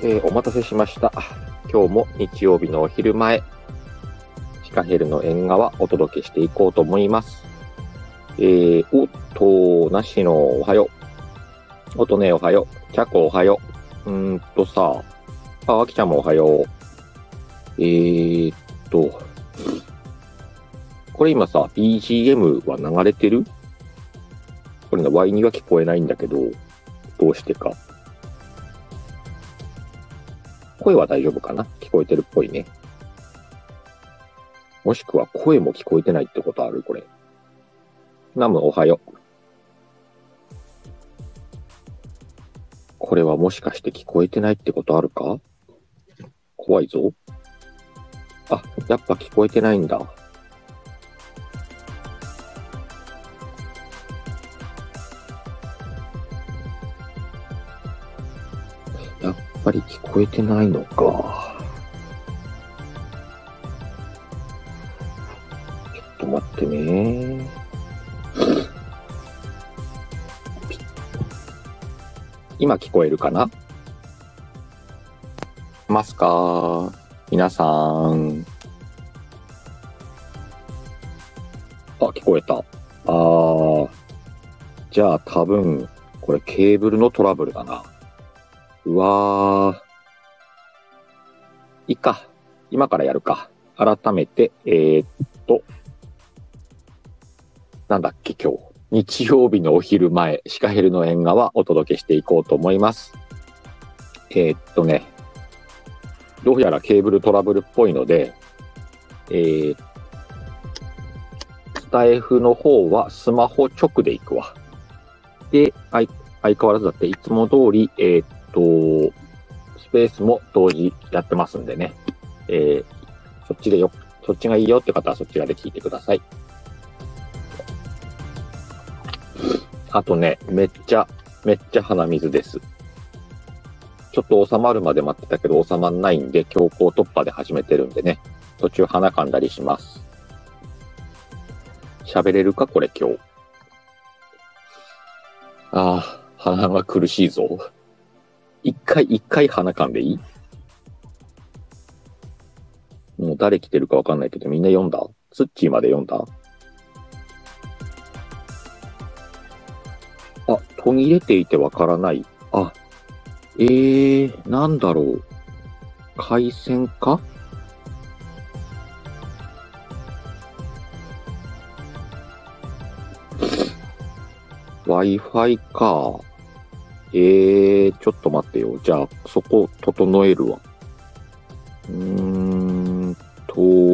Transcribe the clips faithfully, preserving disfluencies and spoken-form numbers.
えーお待たせしました。今日も日曜日のお昼前、シカヘルの縁側お届けしていこうと思います。えー、おっと、なしのおはよう。おとねおはよう。ちゃこおはよう。うーんとさ、あ、あきちゃんもおはよう。えーっと、これ今さ、ビージーエム は流れてる？これね、ワイには聞こえないんだけど、どうしてか。声は大丈夫かな？聞こえてるっぽいね。もしくは声も聞こえてないってことある？これ。ナムおはよう。これはもしかして聞こえてないってことあるか？怖いぞ。あ、やっぱ聞こえてないんだ。やっぱり聞こえてないのか。ちょっと待ってね。今聞こえるかな？ますか？皆さん。あ、聞こえた。あー。じゃあ多分、これケーブルのトラブルだな。うわー。いいか。今からやるか。改めて、えー、っと、なんだっけ今日。日曜日のお昼前、シカヘルの縁側お届けしていこうと思います。えー、っとね、どうやらケーブルトラブルっぽいので、えー、スタイフの方はスマホ直で行くわ。で、相変わらずだっていつも通り、えー、っと、スペースも同時やってますんでね、えー、そっちでよ、そっちがいいよって方はそちらで聞いてください。あとね、めっちゃ、めっちゃ鼻水です。ちょっと収まるまで待ってたけど収まんないんで、強行突破で始めてるんでね、途中鼻噛んだりします。喋れるかこれ今日。ああ、鼻が苦しいぞ。一回、一回鼻噛んでいい？もう誰来てるかわかんないけど、みんな読んだ？ツッチーまで読んだ？あ、途切れていてわからない。あ、えー、なんだろう。回線か？Wi-Fi か。えー、ちょっと待ってよ。じゃあ、そこ、整えるわ。うーんと、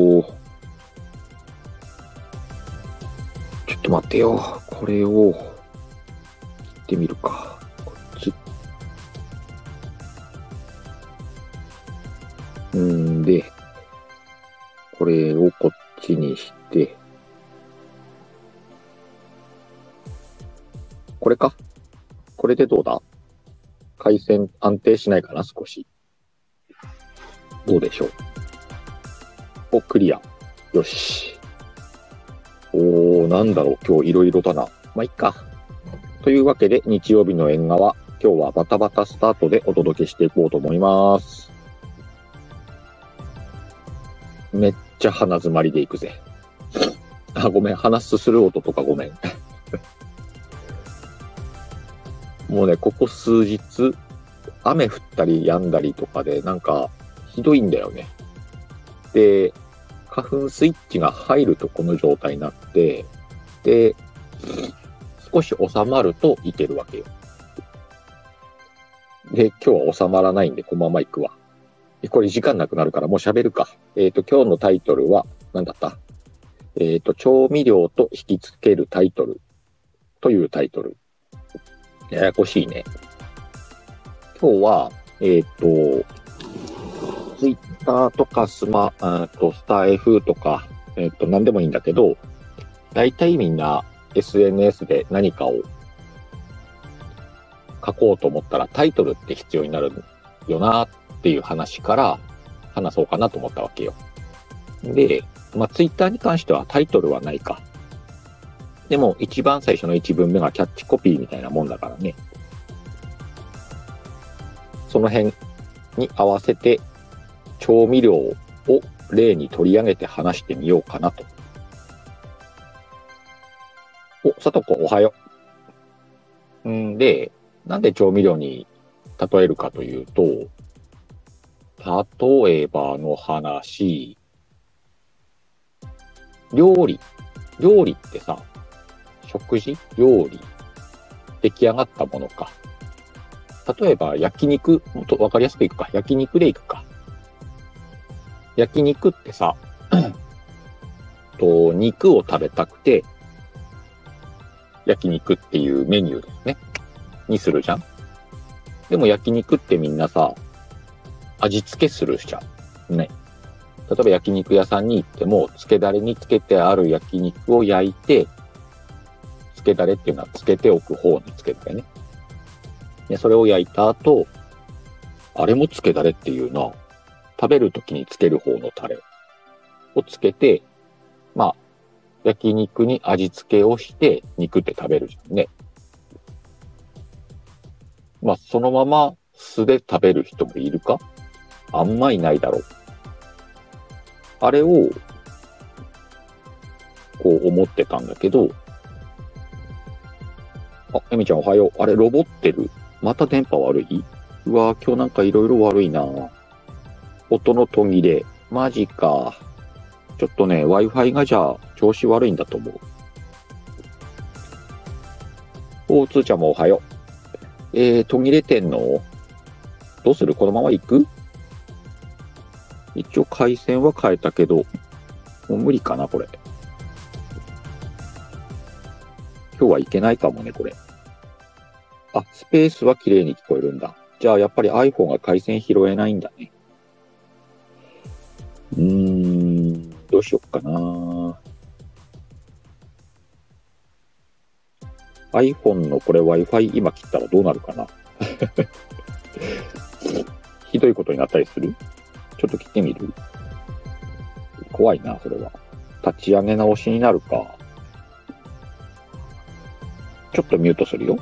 ちょっと待ってよ。これを、切ってみるか。こっち。んで、これをこっちにして、これか？これでどうだ？回線安定しないかな少し。どうでしょう？お、クリア。よし。おー、なんだろう。今日いろいろだな。まあ、いっか。というわけで、日曜日の縁側、今日はバタバタスタートでお届けしていこうと思います。めっちゃ鼻詰まりでいくぜ。あ、ごめん。鼻すする音とかごめん。もうね、ここ数日、雨降ったり止んだりとかで、なんか、ひどいんだよね。で、花粉スイッチが入るとこの状態になって、で、少し収まるといけるわけよ。で、今日は収まらないんで、このまま行くわ。これ時間なくなるからもう喋るか。えっと、今日のタイトルは、何だった？えっと、調味料と引き付けるタイトルというタイトル。ややこしいね。今日は、えっと、ツイッターとかスマ、あとスタイフとか、えっと、何でもいいんだけど、大体みんな エスエヌエス で何かを書こうと思ったらタイトルって必要になるよなっていう話から話そうかなと思ったわけよ。で、まあ、ツイッターに関してはタイトルはないか。でも一番最初の一文目がキャッチコピーみたいなもんだからね。その辺に合わせて調味料を例に取り上げて話してみようかなと。お、さとこおはよう。んで、なんで調味料に例えるかというと、例えばの話、料理。料理ってさ、食事料理。出来上がったものか。例えば焼肉、もっとわかりやすくいくか。焼肉でいくか。焼肉ってさ、と肉を食べたくて、焼肉っていうメニューですね。にするじゃん。でも焼肉ってみんなさ、味付けするじゃん。ね。例えば焼肉屋さんに行っても、漬けだれにつけてある焼肉を焼いて、漬けだれっていうのはつけておく方の漬けだれね。で、それを焼いた後、あれも漬けだれっていうな。食べるときにつける方のタレをつけて、まあ、焼肉に味付けをして肉って食べるじゃんね。まあ、そのまま酢で食べる人もいるか？あんまいないだろう。あれを、こう思ってたんだけど、あ、エミちゃんおはよう。あれ、ロボってる。また電波悪いうわぁ、今日なんかいろいろ悪いなぁ。音の途切れ。マジか。ちょっとね、Wi-Fi がじゃあ、調子悪いんだと思う。おー、つーちゃんもおはよう。えー、途切れてんの？どうする？このまま行く？一応回線は変えたけど、もう無理かな、これ。今日はいけないかもね、これ。あ、スペースは綺麗に聞こえるんだ。じゃあ、やっぱり iPhone が回線拾えないんだね。うーん、どうしよっかな。iPhone のこれ Wi-Fi 今切ったらどうなるかな。ひどいことになったりする？ちょっと切ってみる？怖いな、それは。立ち上げ直しになるか。ちょっとミュートするよ。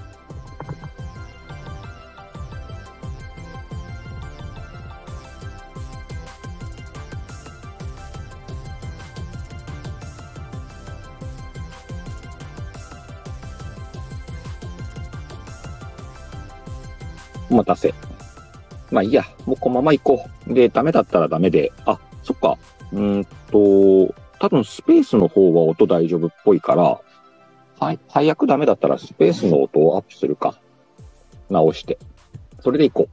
お待たせ。まあいいや、もうこのまま行こう。で、ダメだったらダメで。あ、そっか。うーんと、多分スペースの方は音大丈夫っぽいから、はい、最悪ダメだったらスペースの音をアップするか。直して。それで行こ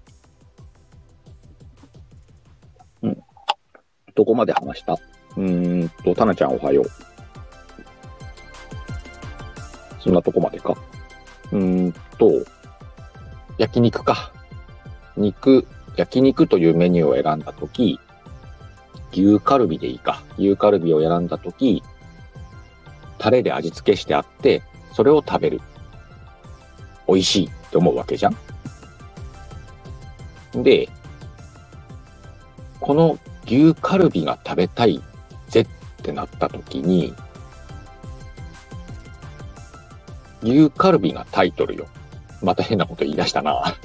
う。うん。どこまで話した？うーんと、タナちゃんおはよう。そんなとこまでか。うーんと、焼肉か。肉、焼肉というメニューを選んだとき、牛カルビでいいか。牛カルビを選んだとき、タレで味付けしてあって、それを食べる。美味しいって思うわけじゃん。で、この牛カルビが食べたいぜってなったときに、牛カルビがタイトルよ。また変なこと言い出したな。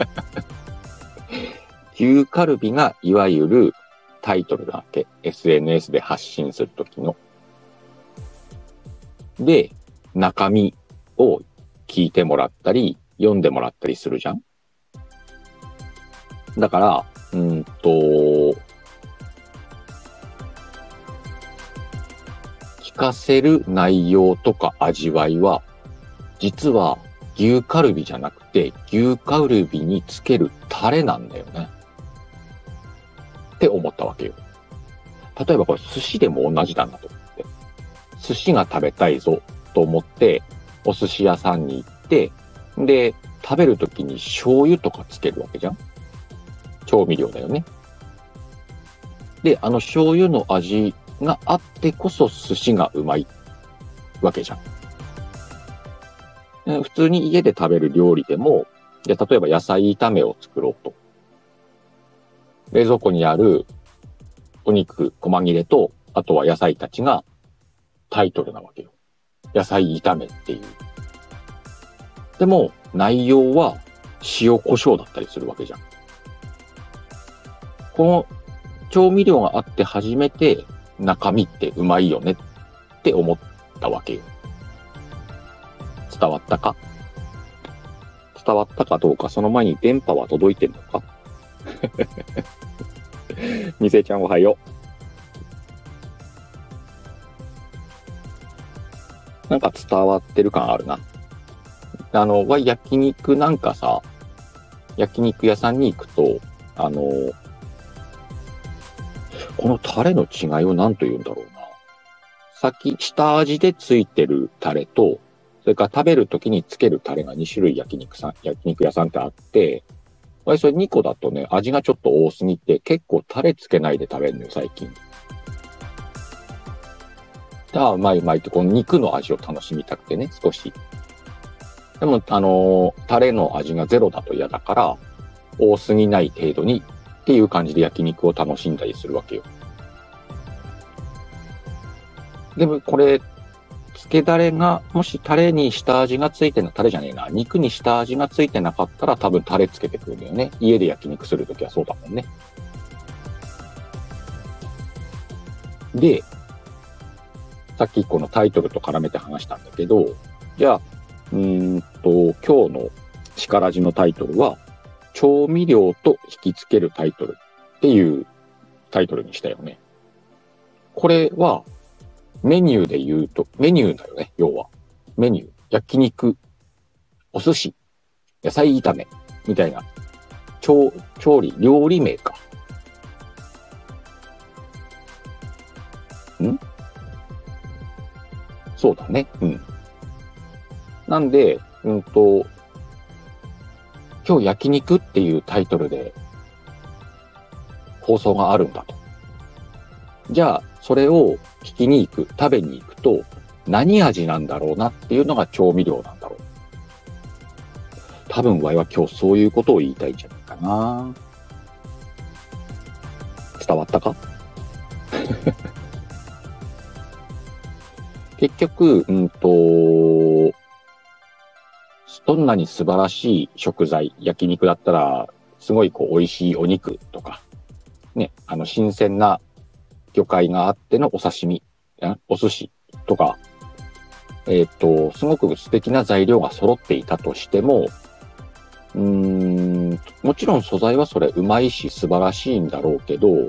牛カルビがいわゆるタイトルなわけ。エスエヌエス で発信するときの。で、中身を聞いてもらったり、読んでもらったりするじゃん。だから、うんと、聞かせる内容とか味わいは、実は牛カルビじゃなくて、牛カルビにつけるタレなんだよね。って思ったわけよ。例えばこれ寿司でも同じなんだと思って。寿司が食べたいぞと思って、お寿司屋さんに行って、で、食べるときに醤油とかつけるわけじゃん。調味料だよね。で、あの醤油の味があってこそ寿司がうまいわけじゃん。普通に家で食べる料理でも、で例えば野菜炒めを作ろうと。冷蔵庫にあるお肉、細切れと、あとは野菜たちがタイトルなわけよ。野菜炒めっていう。でも、内容は塩胡椒だったりするわけじゃん。 この調味料があって初めて中身ってうまいよねって思ったわけよ。伝わったか？伝わったかどうか、その前に電波は届いてんのか？みせちゃんおはよう。なんか伝わってる感あるな。あの、は焼肉なんかさ、焼肉屋さんに行くと、あの、このタレの違いを何と言うんだろうな。先、下味でついてるタレと、それから食べるときにつけるタレがに種類焼肉さん、焼肉屋さんってあって、それにこだとね、味がちょっと多すぎて、結構タレつけないで食べるのよ、最近。ああ、うまいうまいって、この肉の味を楽しみたくてね、少し。でも、あのー、タレの味がゼロだと嫌だから、多すぎない程度にっていう感じで焼肉を楽しんだりするわけよ。でも、これ、つけだれが、もしタレに下味がついてな、タレじゃねえな、肉に下味がついてなかったら多分タレつけてくるんだよね。家で焼肉するときはそうだもんね。で、さっきこのタイトルと絡めて話したんだけど、じゃあ、うーんと、今日の力地のタイトルは、調味料と引き付けるタイトルっていうタイトルにしたよね。これは、メニューで言うと、メニューだよね、要は。メニュー。焼肉、お寿司、野菜炒め、みたいな。調、調理、料理名か。ん？そうだね。うん。なんで、うんと、今日焼肉っていうタイトルで放送があるんだと。じゃあ、それを聞きに行く、食べに行くと、何味なんだろうなっていうのが調味料なんだろう。多分、ワイは今日そういうことを言いたいんじゃないかな。伝わったか？結局、うんと、どんなに素晴らしい食材、焼肉だったら、すごいこう美味しいお肉とか、ね、あの新鮮な魚介があってのお刺身、お寿司とか、えっと、すごく素敵な材料が揃っていたとしても、うーん、もちろん素材はそれうまいし素晴らしいんだろうけど、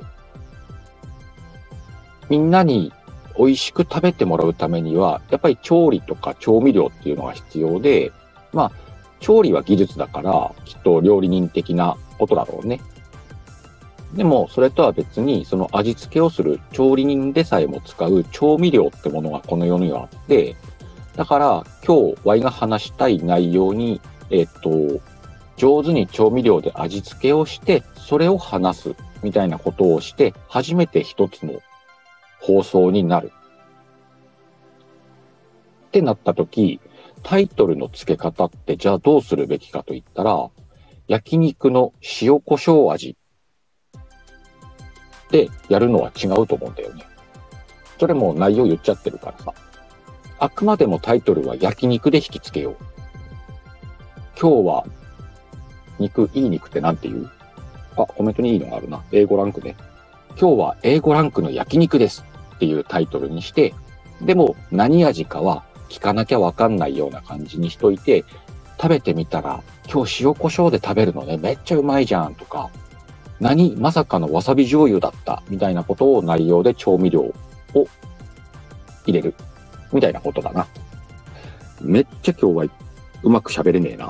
みんなに美味しく食べてもらうためには、やっぱり調理とか調味料っていうのが必要で、まあ、調理は技術だから、きっと料理人的なことだろうね。でも、それとは別に、その味付けをする調理人でさえも使う調味料ってものがこの世にはあって、だから、今日、ワイが話したい内容に、えっと、上手に調味料で味付けをして、それを話す、みたいなことをして、初めて一つの放送になる。ってなったとき、タイトルの付け方ってじゃあどうするべきかと言ったら、焼肉の塩コショウ味でやるのは違うと思うんだよね。それも内容言っちゃってるからさ。あくまでもタイトルは焼肉で引き付けよう。今日は肉、いい肉ってなんて言う？あ、コメントにいいのがあるな。英語ランクね。今日は英語ランクの焼肉ですっていうタイトルにして、でも何味かは聞かなきゃわかんないような感じにしといて、食べてみたら今日塩コショウで食べるのね、めっちゃうまいじゃんとか、何まさかのわさび醤油だったみたいなことを内容で調味料を入れるみたいなことだな。めっちゃ今日はうまく喋れねえな。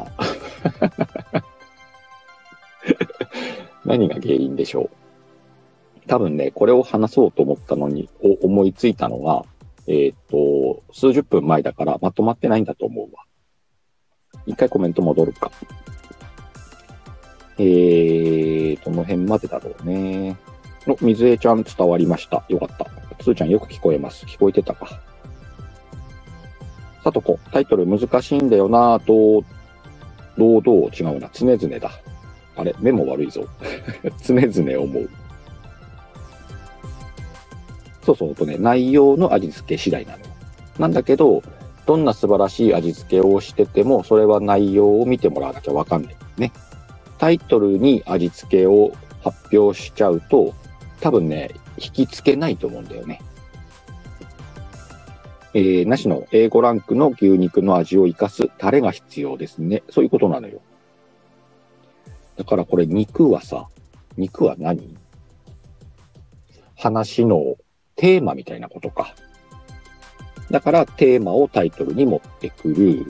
何が原因でしょう。多分ね、これを話そうと思ったのに、お思いついたのが、えっと、数十分前だからまとまってないんだと思うわ。一回コメント戻るか。えー、どの辺までだろうね。の、水江ちゃん伝わりました。よかった。つーちゃんよく聞こえます。聞こえてたか。さとこ、タイトル難しいんだよなぁと、どうどう違うな。常々だ。あれ、目も悪いぞ。常々思う。そうそうとね、内容の味付け次第なのよ。なんだけど、どんな素晴らしい味付けをしてても、それは内容を見てもらわなきゃわかんないね。タイトルに味付けを発表しちゃうと、多分ね、引きつけないと思うんだよね。えー、なしの エーご ランクの牛肉の味を生かすタレが必要ですね。そういうことなのよ。だからこれ肉はさ、肉は何？話のテーマみたいなことか。だからテーマをタイトルに持ってくる。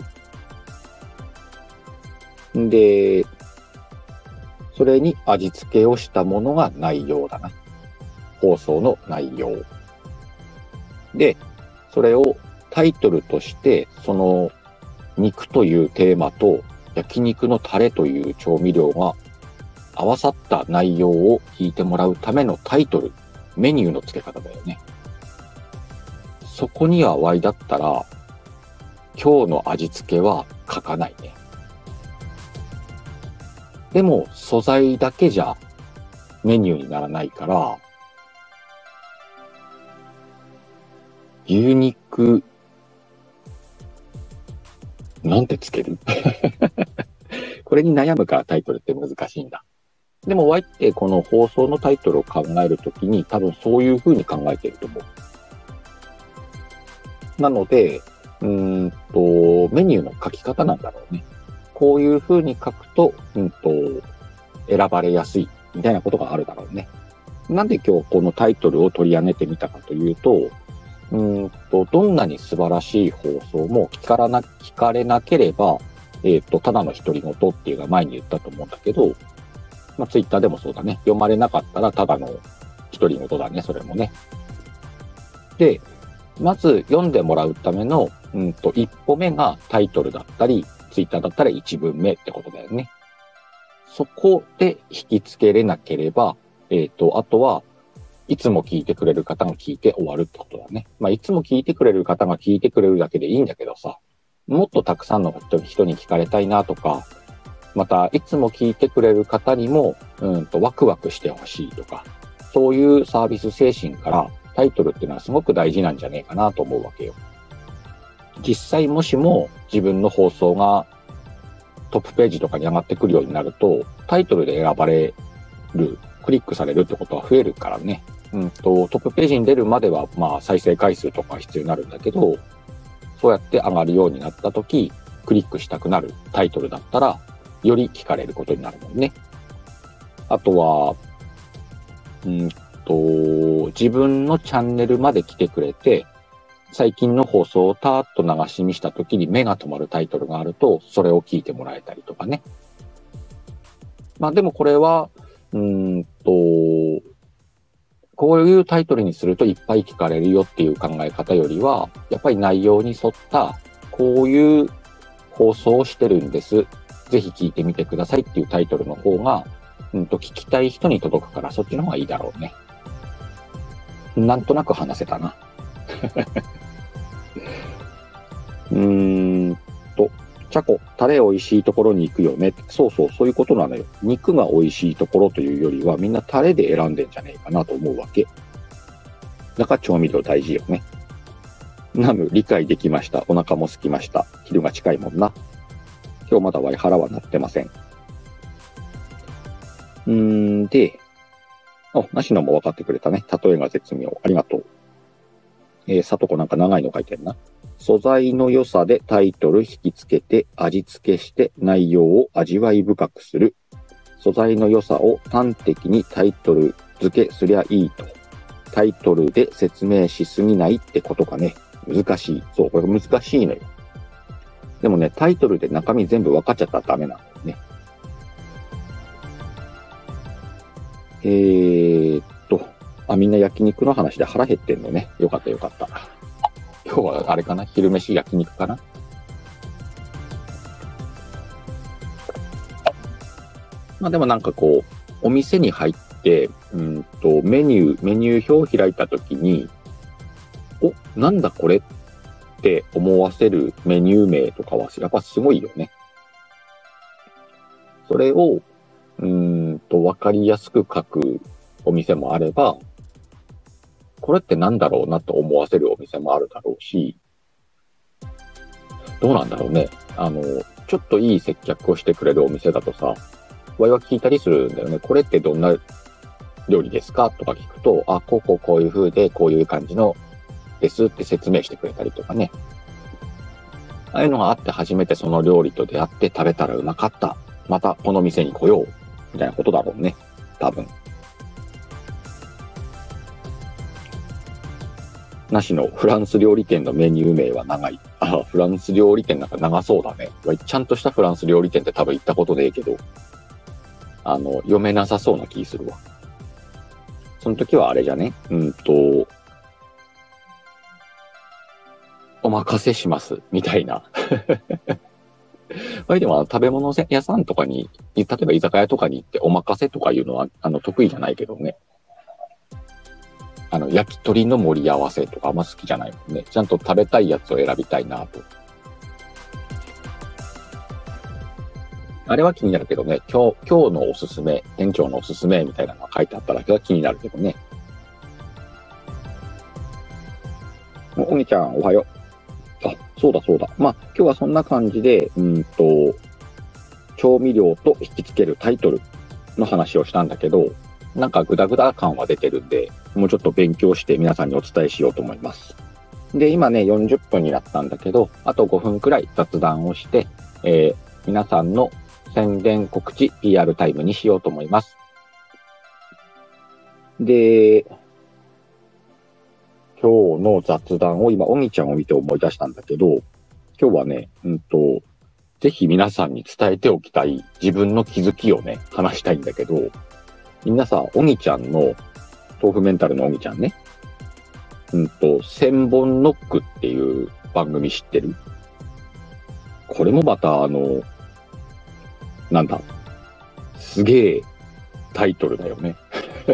んで、それに味付けをしたものが内容だな。放送の内容。で、それをタイトルとして、その肉というテーマと焼肉のタレという調味料が合わさった内容を聞いてもらうためのタイトル、メニューの付け方だよね。そこには Y だったら、今日の味付けは書かないね。でも素材だけじゃメニューにならないから、牛肉、なんてつけるこれに悩むからタイトルって難しいんだ。でも Y ってこの放送のタイトルを考えるときに多分そういう風に考えていると思う。なので、うーんと、メニューの書き方なんだろうね。こういう風に書くと、うんと、選ばれやすいみたいなことがあるだろうね。なんで今日このタイトルを取り上げてみたかというと、うーんと、どんなに素晴らしい放送も聞からな、聞かれなければ、えっと、ただの独り言っていうのが前に言ったと思うんだけど、まあ、ツイッターでもそうだね。読まれなかったらただの独り言だね、それもね。で、まず読んでもらうための、うんと、一歩目がタイトルだったり、ツイッターだったら一文目ってことだよね。そこで引きつけれなければ、えっと、あとは、いつも聞いてくれる方が聞いて終わるってことだね。まあ、いつも聞いてくれる方が聞いてくれるだけでいいんだけどさ、もっとたくさんの人に聞かれたいなとか、また、いつも聞いてくれる方にも、うんと、ワクワクしてほしいとか、そういうサービス精神からタイトルっていうのはすごく大事なんじゃねえかなと思うわけよ。実際もしも自分の放送がトップページとかに上がってくるようになると、タイトルで選ばれる、クリックされるってことは増えるからね。うんと、トップページに出るまでは、まあ、再生回数とか必要になるんだけど、そうやって上がるようになったとき、クリックしたくなるタイトルだったら、より聞かれることになるもんね。あとは、うんと、自分のチャンネルまで来てくれて、最近の放送をたーっと流し見したときに目が止まるタイトルがあると、それを聞いてもらえたりとかね。まあでもこれは、うーんと、こういうタイトルにするといっぱい聞かれるよっていう考え方よりは、やっぱり内容に沿った、こういう放送をしてるんです。ぜひ聞いてみてくださいっていうタイトルの方が、うんと聞きたい人に届くからそっちの方がいいだろうね。なんとなく話せたな。うーんと、チャコ、タレ美味しいところに行くよね。そうそう、そういうことなのよ。肉が美味しいところというよりはみんなタレで選んでんじゃねえかなと思うわけ。だから調味料大事よね。ナム、理解できました。お腹も空きました。昼が近いもんな。今日まだワイ腹は鳴ってません。うーんで、お、なしのも分かってくれたね。例えが絶妙。ありがとう。えー、さとこなんか長いの書いてるな。素材の良さでタイトル引き付けて味付けして内容を味わい深くする。素材の良さを端的にタイトル付けすりゃいいと。タイトルで説明しすぎないってことかね。難しい。そう、これ難しいのよ。でもね、タイトルで中身全部分かっちゃったらダメなんだよね。えーっと、あ、みんな焼肉の話で腹減ってんのね。よかったよかった。今日はあれかな？昼飯焼肉かな？まあでもなんかこう、お店に入って、うんと、メニュー、メニュー表を開いたときに、お、なんだこれって思わせるメニュー名とかはやっぱすごいよね。それを、うーんと、わかりやすく書くお店もあれば、これってなんだろうなと思わせるお店もあるだろうし、どうなんだろうね。あの、ちょっといい接客をしてくれるお店だとさ、わいは聞いたりするんだよね。これってどんな料理ですかとか聞くと、あ、こうこうこういう風で、こういう感じのですって説明してくれたりとかね。ああいうのがあって初めてその料理と出会って食べたらうまかった。またこの店に来よう。みたいなことだろうね。多分。なしのフランス料理店のメニュー名は長い。あ、フランス料理店なんか長そうだね。ちゃんとしたフランス料理店って多分行ったことねえけど、あの、読めなさそうな気するわ。その時はあれじゃね。うんと、お任せします。みたいな。まあでも食べ物屋さんとかに、例えば居酒屋とかに行ってお任せとかいうのはあの得意じゃないけどね。あの、焼き鳥の盛り合わせとかあんま好きじゃないもんね。ちゃんと食べたいやつを選びたいなと。あれは気になるけどね。今日、今日のおすすめ、店長のおすすめみたいなのが書いてあっただけは気になるけどね。おみちゃん、おはよう。あ、そうだそうだ。まあ、今日はそんな感じで、うんと、調味料と引き付けるタイトルの話をしたんだけど、なんかグダグダ感は出てるんで、もうちょっと勉強して皆さんにお伝えしようと思います。で、今ね、よんじゅっぷんになったんだけど、あとごふんくらい雑談をして、えー、皆さんの宣伝告知 ピーアール タイムにしようと思います。で、今日の雑談を今、おみちゃんを見て思い出したんだけど、今日はね、うんと、ぜひ皆さんに伝えておきたい自分の気づきをね、話したいんだけど、みんなさ、おみちゃんの、豆腐メンタルのおみちゃんね、うんと、千本ノックっていう番組知ってる？これもまたあの、なんだ、すげえタイトルだよね。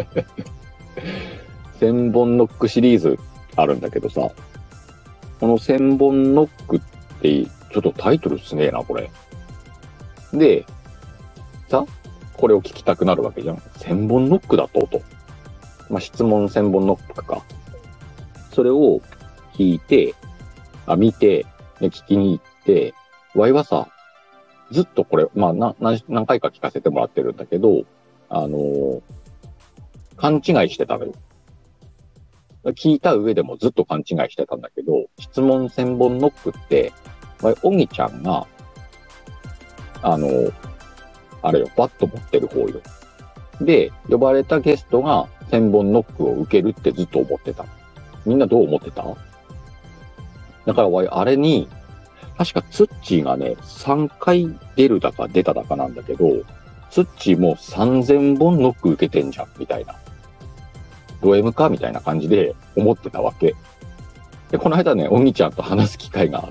千本ノックシリーズあるんだけどさ、この千本ノックってちょっとタイトルすげえな、これ。で、さ、これを聞きたくなるわけじゃん。千本ノックだとと。まあ、質問千本ノックか。それを聞いて、あ、見て、で聞きに行って、わいはさ、ずっとこれ、まあ、な、何回か聞かせてもらってるんだけど、あのー、勘違いしてたのよ。聞いた上でもずっと勘違いしてたんだけど、質問千本ノックって、おぎちゃんが、あのー、あれよ、バット持ってる方よ。で、呼ばれたゲストが千本ノックを受けるってずっと思ってた。みんなどう思ってた？だからわい、あれに、確かツッチーがね、さんかい出るだか出ただかなんだけど、ツッチーもさんぜんぼんノック受けてんじゃん、みたいな。ド M かみたいな感じで思ってたわけ。で、この間ね、おみちゃんと話す機会があって、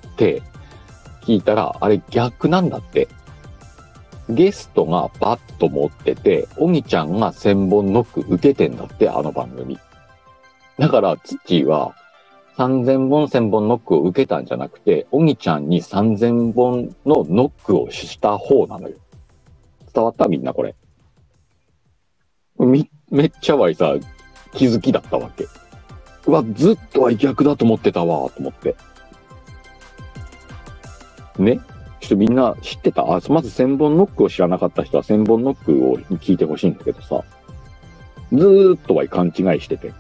聞いたら、あれ逆なんだって。ゲストがバット持ってて、おぎちゃんがせんぼんノック受けてんだって、あの番組。だから、ツッチーは、さんぜんぼん、せんぼんノックを受けたんじゃなくて、おぎちゃんにさんぜんぼんのノックをした方なのよ。伝わった？みんなこれ。み、めっちゃわいさ、気づきだったわけ。うわ、ずっとは逆だと思ってたわ、と思って。ね？ちょっとみんな知ってた？あ、まず千本ノックを知らなかった人は千本ノックを聞いてほしいんだけどさ、ずーっとは勘違いしてて。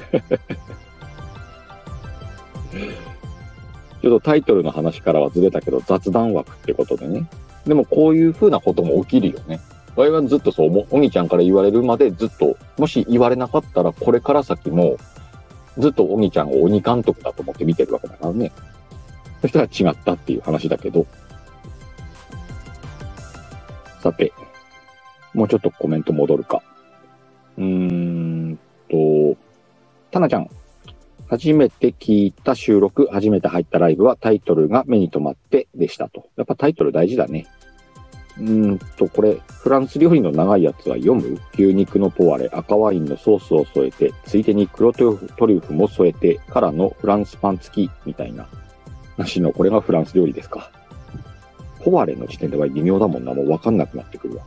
ちょっとタイトルの話からはずれたけど雑談枠ってことでね。でもこういう風なことも起きるよね。我々はずっとそう、おぎちゃんから言われるまでずっと、もし言われなかったらこれから先もずっとおぎちゃんを鬼監督だと思って見てるわけだからね。そしたら違ったっていう話だけど。さて、もうちょっとコメント戻るか。うーんと、たなちゃん。初めて聞いた収録、初めて入ったライブはタイトルが目に留まってでしたと。やっぱタイトル大事だね。うーんと、これ、フランス料理の長いやつは読む？牛肉のポワレ、赤ワインのソースを添えて、ついでに黒トリュフも添えてからのフランスパン付きみたいな。なしの、これがフランス料理ですか。ポワレの時点では微妙だもんな。もうわかんなくなってくるわ。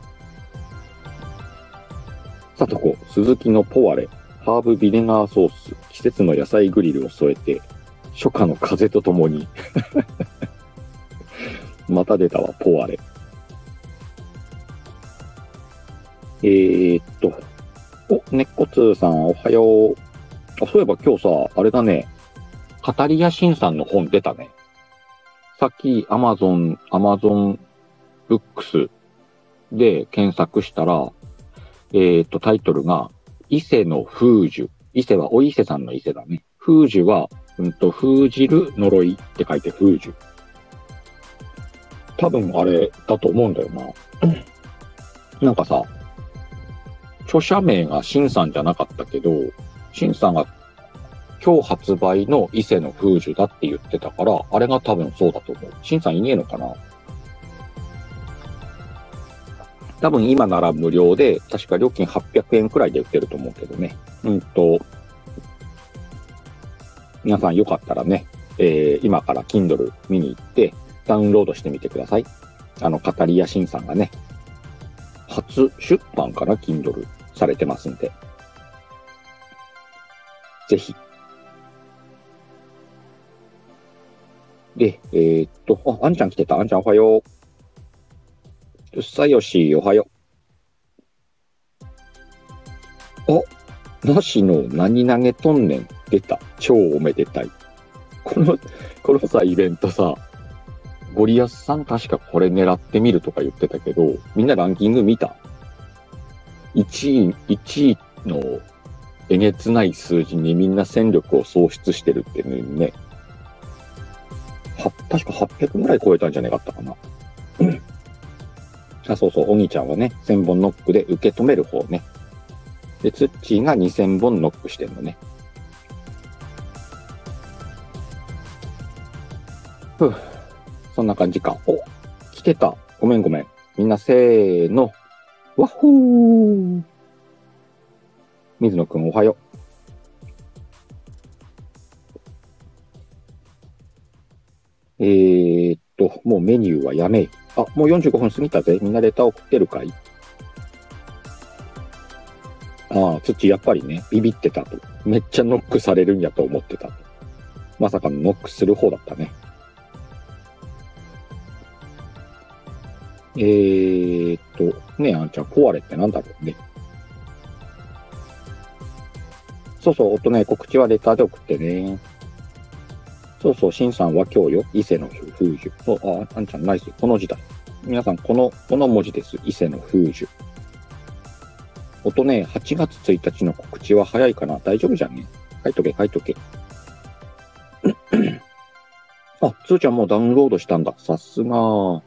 さとこ、鈴木のポワレ、ハーブビネガーソース、季節の野菜グリルを添えて、初夏の風とともに。また出たわ、ポワレ。えーっと、 お、猫通さん、おはよう。あ、そういえば今日さ、あれだね。語りやしんさんの本出たね。さっき、アマゾン、アマゾンブックスで検索したら、えっと、タイトルが、伊勢の封樹。伊勢はお伊勢さんの伊勢だね。封樹は、うんと、封じる呪いって書いて封樹。多分あれだと思うんだよな。なんかさ、著者名がシンさんじゃなかったけど、シンさんが今日発売の伊勢の封樹だって言ってたから、あれが多分そうだと思う。シンさんいねえのかな？多分今なら無料で、確か料金はっぴゃくえんくらいで売ってると思うけどね。うんと、皆さんよかったらね、えー、今から Kindle 見に行ってダウンロードしてみてください。あの、語りやしんさんがね、初出版から Kindle されてますんで。ぜひ。で、えー、っと、あ、あんちゃん来てた。あんちゃんおはよう。うっさよし、おはよう。あ、なしの何投げとんねん。出た。超おめでたい。この、このさ、イベントさ、ゴリアスさん確かこれ狙ってみるとか言ってたけど、みんなランキング見た？ いち 位、いちいのえげつない数字にみんな戦力を喪失してるっていうのにね、は、確かはっぴゃくぐらい超えたんじゃなかったかな。あ、そうそう、お兄ちゃんはね、せんぼんノックで受け止める方ね。で、ツッチーがにせんぼんノックしてんのね。ふぅ。そんな感じか。お、来てた。ごめんごめん。みんなせーの。わっほー。水野くんおはよう。えーっと、もうメニューはやめい。あ、もうよんじゅうごふん過ぎたぜ。みんなレター送ってるかい？ああ、土やっぱりね、ビビってたと。めっちゃノックされるんやと思ってたと。まさかのノックする方だったね。えーっと、ねえ、あんちゃん、壊れってなんだろうね。そうそう、おとね、告知はレターで送ってね。そうそう、シンさんは今日よ。伊勢の封樹。そう、あ、あんちゃんナイス。この字だ。皆さん、この、この文字です。伊勢の封樹。おとね、はちがつついたちの告知は早いかな？大丈夫じゃんね。書いとけ、書いとけ。あ、つーちゃんもうダウンロードしたんだ。さすがー。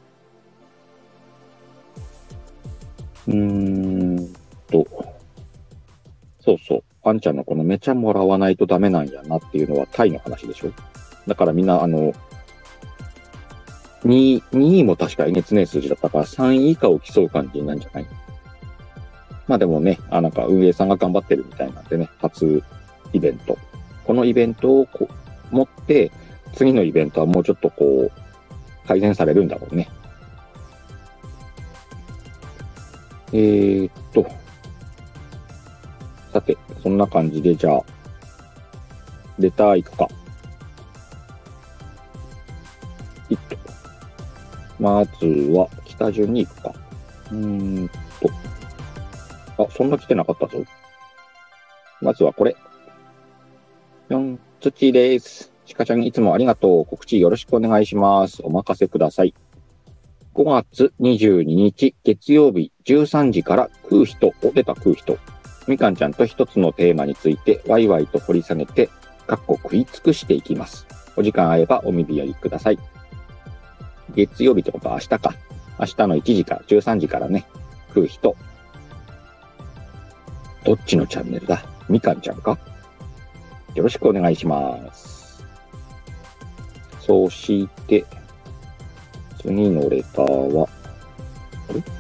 うーんと、そうそう。あんちゃんのこのめちゃもらわないとダメなんやなっていうのはタイの話でしょ。だからみんなあの、にい、にいも確かえげつねえ数字だったからさんい以下を競う感じなんじゃない？まあでもね、あ、なんか運営さんが頑張ってるみたいなんでね、初イベント。このイベントをこう持って、次のイベントはもうちょっとこう、改善されるんだろうね。えーっと、さて、そんな感じで、じゃあ、レターいくか。いっと。まずは、北順に行くか。うーんと。あ、そんな来てなかったぞ。まずはこれ。ぴょん、つっちーです。ちかちゃんいつもありがとう。告知よろしくお願いします。お任せください。ごがつにじゅうににち月曜日じゅうさんじから食う人を出た食う人。みかんちゃんと一つのテーマについてワイワイと掘り下げて、かっこ食い尽くしていきます。お時間合えばお耳寄りください。月曜日ってことは明日か。明日のいちじからじゅうさんじからね、食う人。どっちのチャンネルだ？みかんちゃんか？よろしくお願いします。そして、次のレターは、あれ？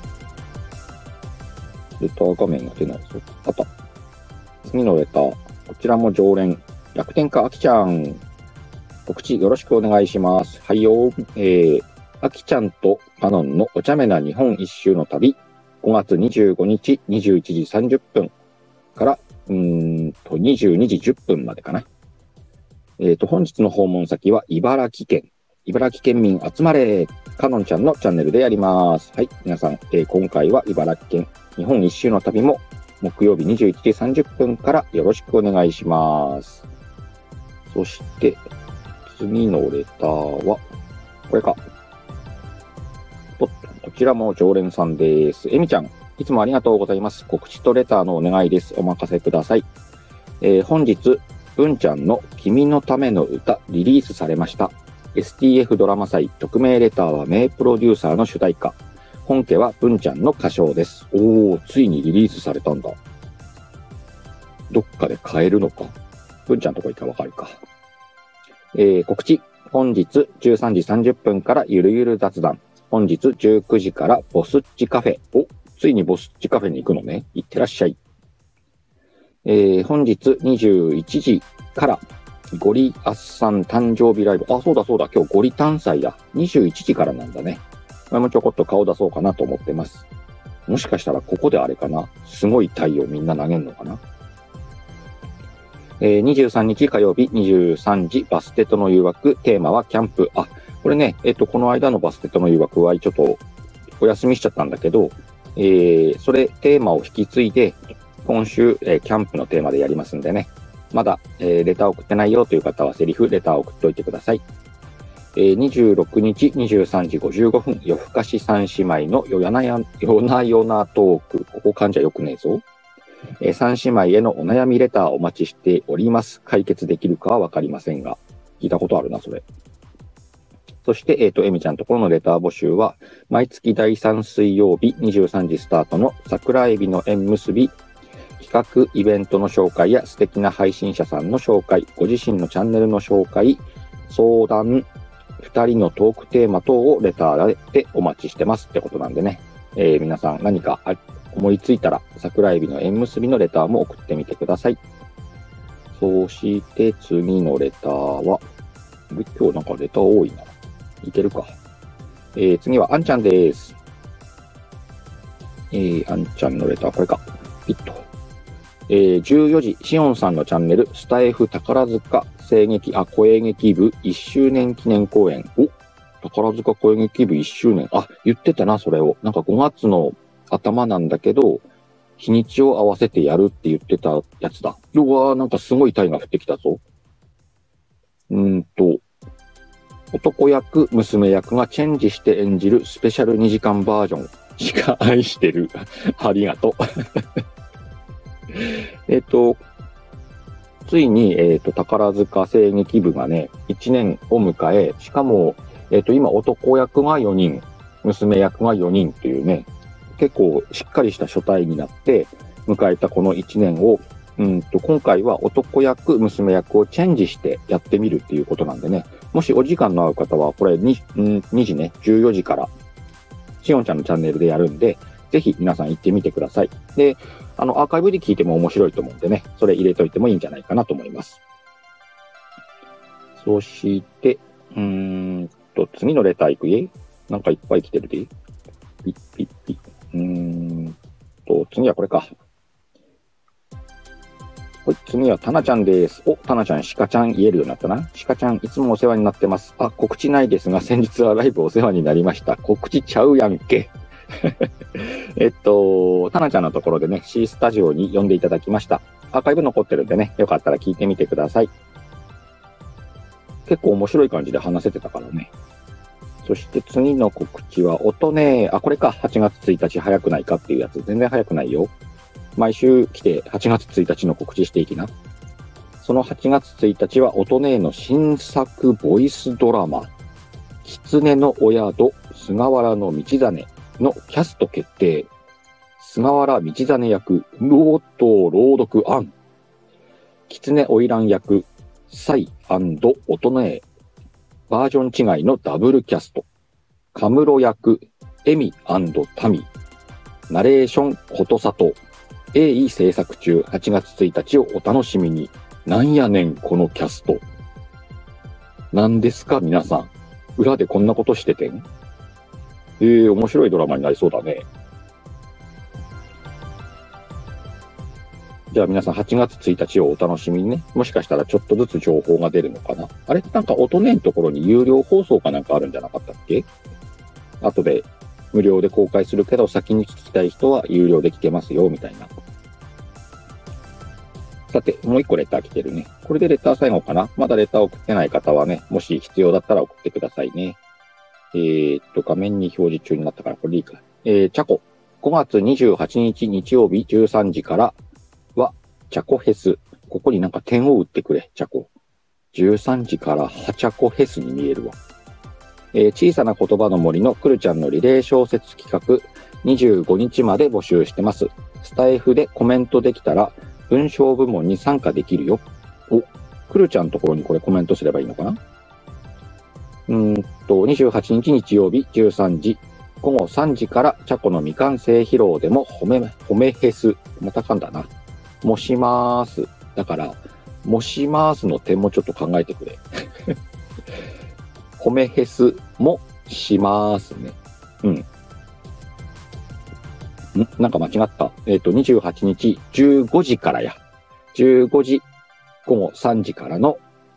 レター画面が出ないぞ。あった。次のレター。こちらも常連。楽天家あきちゃん。告知よろしくお願いします。はいよ。えー、あきちゃんとカノンのお茶目な日本一周の旅。ごがつにじゅうごにちにじゅういちじさんじゅっぷんから、うーんと、にじゅうにじじゅっぷんまでかな。えっと、本日の訪問先は茨城県。茨城県民集まれ。カノンちゃんのチャンネルでやります。はい。皆さん、えー、今回は茨城県日本一周の旅も木曜日にじゅういちじさんじゅっぷんからよろしくお願いします。そして、次のレターは、これか。おっと、こちらも常連さんです。えみちゃん、いつもありがとうございます。告知とレターのお願いです。お任せください。えー、本日、文ちゃんの君のための歌リリースされました。エスティーエフ ドラマ祭匿名レターは名プロデューサーの主題歌。本家は文ちゃんの歌唱です。おー、ついにリリースされたんだ。どっかで買えるのか。文ちゃんとこ行ったらわかるか。えー、告知。本日じゅうさんじさんじゅっぷんからゆるゆる雑談。本日じゅうくじからボスッチカフェ。お、ついにボスッチカフェに行くのね。行ってらっしゃい。えー、本日にじゅういちじからゴリアッサン誕生日ライブ。あ、そうだそうだ。今日ゴリ誕祭だ。にじゅういちじからなんだね。これもちょこっと顔出そうかなと思ってます。もしかしたらここであれかな。すごい太陽みんな投げんのかな。えー、にじゅうさんにち火曜日にじゅうさんじバステとの誘惑。テーマはキャンプ。あ、これね、えっと、この間のバステとの誘惑はちょっとお休みしちゃったんだけど、えー、それテーマを引き継いで、今週、えー、キャンプのテーマでやりますんでね。まだ、えー、レター送ってないよという方はセリフ、レターを送っておいてください。えー、にじゅうろくにちにじゅうさんじごじゅうごふん、夜更かし三姉妹の夜なや、夜な夜なトーク。ここ噛んじゃよくねえぞ。えー、三姉妹へのお悩みレターをお待ちしております。解決できるかはわかりませんが。聞いたことあるな、それ。そして、えっと、えみちゃんところのレター募集は、毎月だいさん水曜日にじゅうさんじスタートの桜エビの縁結び、企画イベントの紹介や素敵な配信者さんの紹介、ご自身のチャンネルの紹介、相談、二人のトークテーマ等をレターでお待ちしてますってことなんでね。えー、皆さん何か思いついたら、桜エビの縁結びのレターも送ってみてください。そして次のレターは、今日なんかレター多いな。いけるか。えー、次はあんちゃんです。えー、あんちゃんのレター、これか。ピッと。えー、じゅうよじ、しおんさんのチャンネル、スタイフ宝塚声劇、あ、声劇部いっしゅうねん記念公演。お、宝塚声劇部いっしゅうねん。あ、言ってたな、それを。なんかごがつの頭なんだけど、日にちを合わせてやるって言ってたやつだ。うわー、なんかすごいタイが降ってきたぞ。うーんと、男役、娘役がチェンジして演じるスペシャルにじかんバージョン。しか愛してる。ありがとう。えっと、ついに、えっと、宝塚声劇部がね、いちねんを迎え、しかも、えっと、今男役がよにん、娘役がよにんというね、結構しっかりした書体になって迎えたこのいちねんを、うんと、今回は男役、娘役をチェンジしてやってみるっていうことなんでね、もしお時間の合う方は、これ 2, にじね、じゅうよじから、しおんちゃんのチャンネルでやるんで、ぜひ皆さん行ってみてください。で、あの、アーカイブで聞いても面白いと思うんでね、それ入れといてもいいんじゃないかなと思います。そして、うーんと、次のレター行くえなんかいっぱい来てるで。ピッピッピッ。うーんと、次はこれか。はい、次はタナちゃんです。お、タナちゃん、シカちゃん言えるようになったな。シカちゃん、いつもお世話になってます。あ、告知ないですが、先日はライブお世話になりました。告知ちゃうやんけ。えっと、タナちゃんのところでね、C スタジオに呼んでいただきました。アーカイブ残ってるんでね、よかったら聞いてみてください。結構面白い感じで話せてたからね。そして次の告知は、音ね、あ、これか、はちがつついたち早くないかっていうやつ。全然早くないよ。毎週来てはちがつついたちの告知していきな。そのはちがつついたちは、音ねの新作ボイスドラマ、狐のお宿、菅原の道真のキャスト決定。菅原道真役、ロート朗読案。狐花魁役、サイ&音ねバージョン違いのダブルキャスト。カムロ役、エミ&タミ。ナレーション、ことさと。鋭意制作中、はちがつついたちをお楽しみに。なんやねん、このキャスト。なんですか、皆さん。裏でこんなことしててん？えー、面白いドラマになりそうだね。じゃあ皆さんはちがつついたちをお楽しみにね。もしかしたらちょっとずつ情報が出るのかな。あれなんか音ねんところに有料放送かなんかあるんじゃなかったっけ？後で無料で公開するけど先に聞きたい人は有料で聞けますよみたいな。 さて、もう一個レター来てるね。これでレター最後かな。まだレター送ってない方はね、もし必要だったら送ってくださいね。えー、っと、画面に表示中になったから、これでいいか。えー、チャコ。ごがつにじゅうはちにち日曜日じゅうさんじからは、チャコフェス。ここになんか点を打ってくれ、チャコ。じゅうさんじからはチャコフェスに見えるわ。えー、小さな言葉の森のくるちゃんのリレー小説企画、にじゅうごにちまで募集してます。スタイフでコメントできたら、文章部門に参加できるよ。お、くるちゃんのところにこれコメントすればいいのかな。うーんと、にじゅうはちにち日曜日じゅうさんじ、ごごさんじからチャコの未完成披露でも褒め、褒めフェス、またかんだな。もしまーす。だから、もしまーすの点もちょっと考えてくれ。褒めフェスもしまーすね。うん。んなんか間違った。えっと、にじゅうはちにちじゅうごじからや。じゅうごじ、ごごさんじからの、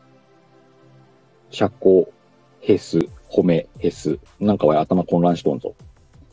チャコフェス、褒めフェス。なんかは頭混乱しとんぞ。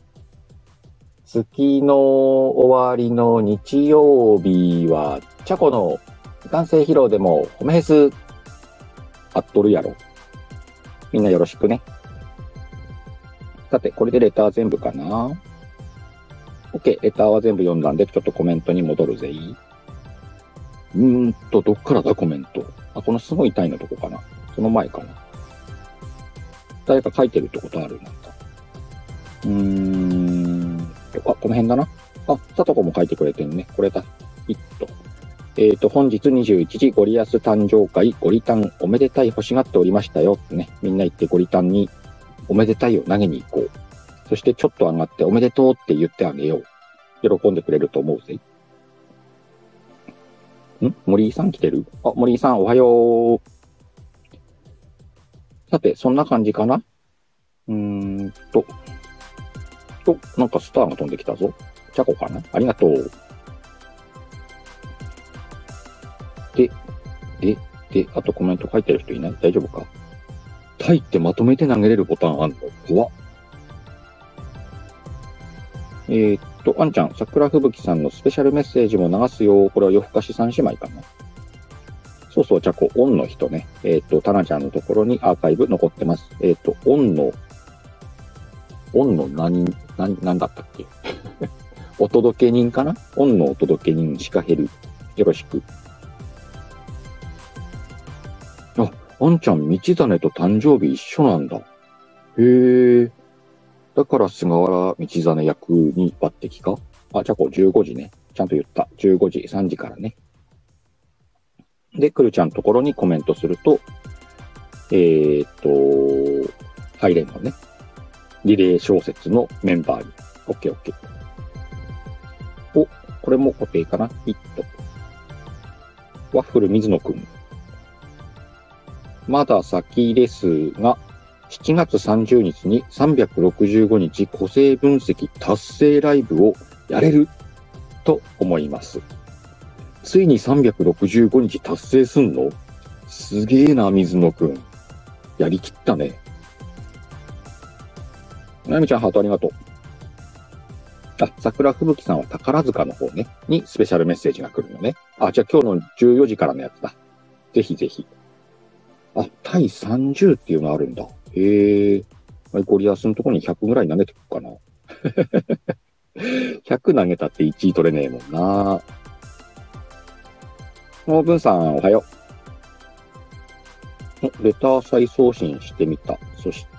月の終わりの日曜日は、チャコの完成披露でも褒めフェス、あっとるやろ。みんなよろしくね。さて、これでレター全部かな。OK、レターは全部読んだんで、ちょっとコメントに戻るぜ。うーんと、どっからだコメント。あ、このすごい痛いのとこかな。その前かな。誰か書いてるってことあるなんか。うーんと、あ、この辺だな。あ、さとこも書いてくれてんね。これだ。いっと。えっと、本日にじゅういちじゴリアス誕生会、ゴリタンおめでたい欲しがっておりましたよってね。みんな言ってゴリタンにおめでたいを投げに行こう。そしてちょっと上がっておめでとうって言ってあげよう。喜んでくれると思うぜ。ん森井さん来てる？あ、森井さんおはよう。さて、そんな感じかな？うーんと。と、なんかスターが飛んできたぞ。チャコかな？ありがとう。で、で、で、あとコメント書いてる人いない？大丈夫か？タイってまとめて投げれるボタンあんの？怖っ。えー、っと、あんちゃん、桜吹雪さんのスペシャルメッセージも流すよ。これは夜更かし三姉妹かな。そうそう、チャコ、オンの人ね。えー、っと、タナちゃんのところにアーカイブ残ってます。えー、っと、オンの、オンの何、何、何だったっけお届け人かな？オンのお届け人、シカヘル。よろしく。あ、あんちゃん、道真と誕生日一緒なんだ。へー。だから菅原道真役に抜擢か？あ、チャコじゅうごじね。ちゃんと言った。じゅうごじ、さんじからね。で、くるちゃんのところにコメントすると、えーっと、入れんのね。リレー小説のメンバーに。オッケーオッケー。お、これも固定かな？ヒット。ワッフル水野くん。まだ先ですが、しちがつさんじゅうにちにさんびゃくろくじゅうごにち個性分析達成ライブをやれると思います。ついにさんびゃくろくじゅうごにち達成すんの？すげえな、水野くん。やりきったね。なやみちゃん、ハートありがとう。あ、桜吹雪さんは宝塚の方ね、にスペシャルメッセージが来るのね。あ、じゃあ今日のじゅうよじからのやつだ。ぜひぜひ。あ、対さんじゅうっていうのあるんだ。へえ。ゴリアスのところにひゃくぐらい投げてくかな。ひゃく投げたっていちい取れねえもんな。お、ブンさん、おはよう。レター再送信してみた。そして、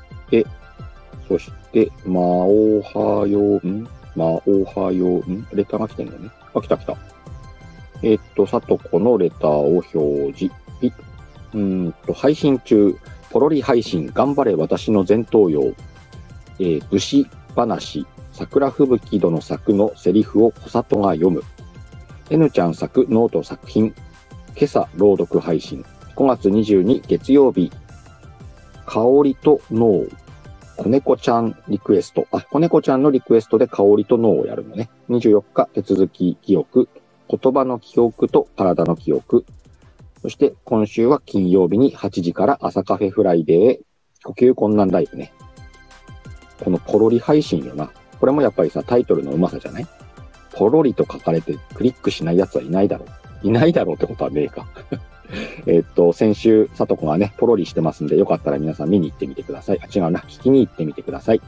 そして、まおはよう、んまおはよう、んレターが来てんのね。あ、来た来た。えー、っと、さとこのレターを表示。うーんと、配信中、ポロリ配信、頑張れ私の前頭葉。えー、武士話、桜吹雪殿作のセリフを小里が読む。N ちゃん作ノート作品、今朝朗読配信。ごがつにじゅうにち月曜日、香りと脳。子猫ちゃんリクエスト。あ、子猫ちゃんのリクエストで香りと脳をやるのね。にじゅうよっか、手続き記憶。言葉の記憶と体の記憶。そして今週は金曜日にはちじから朝カフェフライデー呼吸困難ライブね。このポロリ配信よな。これもやっぱりさ、タイトルのうまさじゃない？ポロリと書かれてクリックしないやつはいないだろいないだろうってことはねえか。えっと、先週、さとこがね、ポロリしてますんで、よかったら皆さん見に行ってみてください。あ、違うな。聞きに行ってみてください。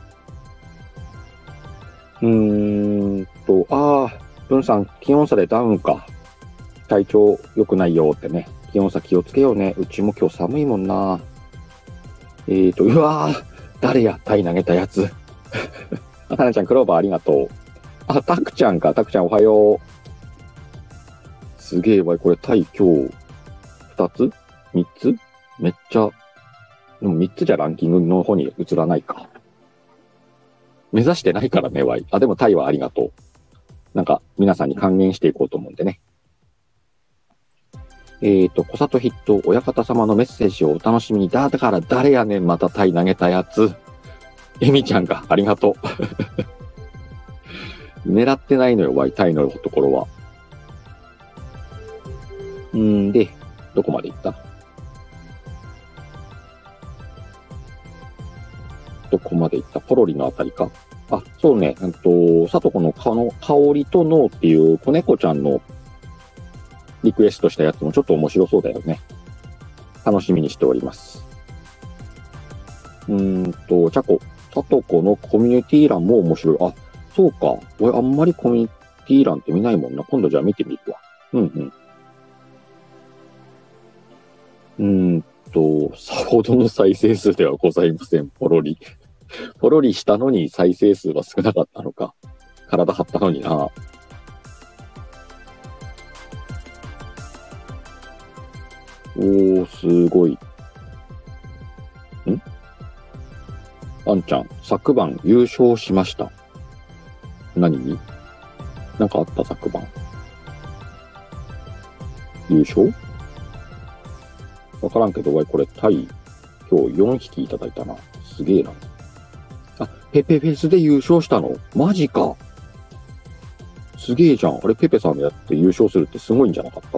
うーんと、あー、文さん、気温差でダウンか。体調良くないよってね。気温差気をつけようね。うちも今日寒いもんな。えーと、うわー、誰や、タイ投げたやつ。あ、タナちゃん、クローバーありがとう。あ、タクちゃんか。タクちゃんおはよう。すげえわい、これタイ今日、二つ三つめっちゃ、でも三つじゃランキングの方に映らないか。目指してないからね、わい。あ、でもタイはありがとう。なんか、皆さんに還元していこうと思うんでね。えーと、小里筆頭、親方様のメッセージをお楽しみに。だ、だから誰やねん、またタイ投げたやつ。エミちゃんか、ありがとう。狙ってないのよ、わい、タイのところは。んーで、どこまで行ったどこまで行ったポロリのあたりか。あ、そうね、えっと、さとこのかの香りと脳っていう子猫ちゃんのリクエストしたやつもちょっと面白そうだよね。楽しみにしております。うーんと、チャコ、さとこのコミュニティ欄も面白い。あ、そうか。俺あんまりコミュニティ欄って見ないもんな。今度じゃあ見てみるわ。うんうん。うーんと、さほどの再生数ではございません。ポロリ。ポロリしたのに再生数は少なかったのか。体張ったのにな。おー、すごい。んあんちゃん、昨晩優勝しました。何になんかあった昨晩。優勝わからんけど、わい、これ、タイ、今日よんひきいただいたな。すげえな。あ、ペペフェスで優勝したのマジか。すげえじゃん。あれ、ペペさんのやって優勝するってすごいんじゃなかった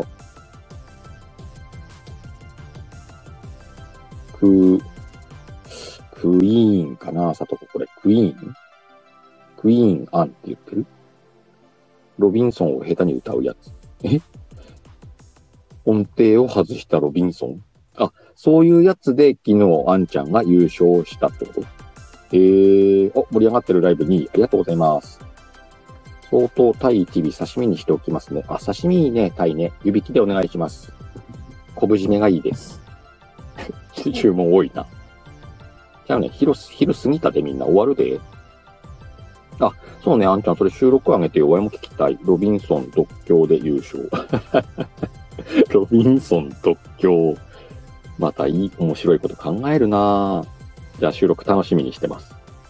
ク、クイーンかなさとこ、これ、クイーンクイーンアンって言ってるロビンソンを下手に歌うやつ。え音程を外したロビンソンあ、そういうやつで昨日あんちゃんが優勝したってことへー、お、盛り上がってるライブにありがとうございます。相当タイ一尾刺身にしておきますね。あ、刺身いいね、タイね。湯引きでお願いします。昆布締めがいいです。注文多いな。じゃあね、昼、昼過ぎたでみんな終わるで。あ、そうね、あんちゃん、それ収録上げてよ。俺も聞きたい。ロビンソン独協で優勝。ロビンソン独協。またいい、面白いこと考えるなぁ。じゃあ収録楽しみにしてます。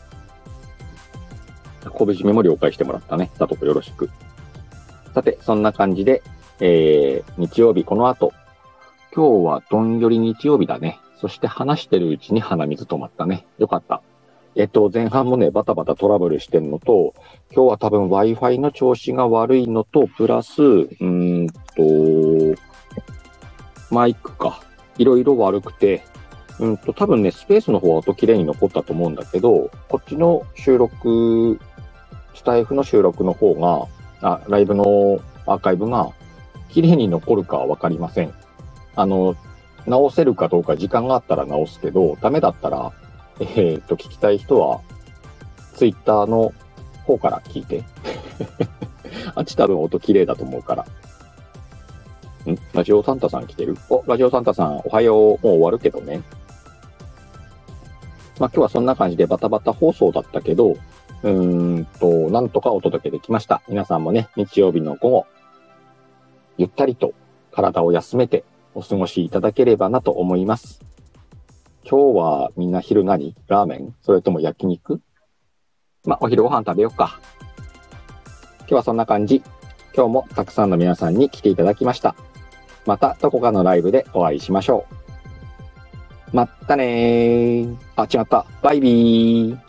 昆布締めも了解してもらったね。さとこよろしく。さて、そんな感じで、えー、日曜日この後、今日はどんより日曜日だね。そして話してるうちに鼻水止まったね。よかった。えっと、前半もね、バタバタトラブルしてんのと、今日は多分 Wi-Fi の調子が悪いのと、プラス、うーんと、マイクか。いろいろ悪くて、うんと、多分ね、スペースの方は音綺麗に残ったと思うんだけど、こっちの収録、スタイフの収録の方が、あ、ライブのアーカイブが綺麗に残るかはわかりません。あの、直せるかどうか時間があったら直すけど、ダメだったら、えー、っと、聞きたい人は、ツイッターの方から聞いて。あっち多分音綺麗だと思うから。んラジオサンタさん来てるお、ラジオサンタさんおはよう。もう終わるけどね。まあ今日はそんな感じでバタバタ放送だったけど、うーんと、なんとかお届けできました。皆さんもね、日曜日の午後、ゆったりと体を休めてお過ごしいただければなと思います。今日はみんな昼何ラーメンそれとも焼肉まあお昼ご飯食べようか。今日はそんな感じ。今日もたくさんの皆さんに来ていただきました。またどこかのライブでお会いしましょう。まったねー。あ、違った。バイビー。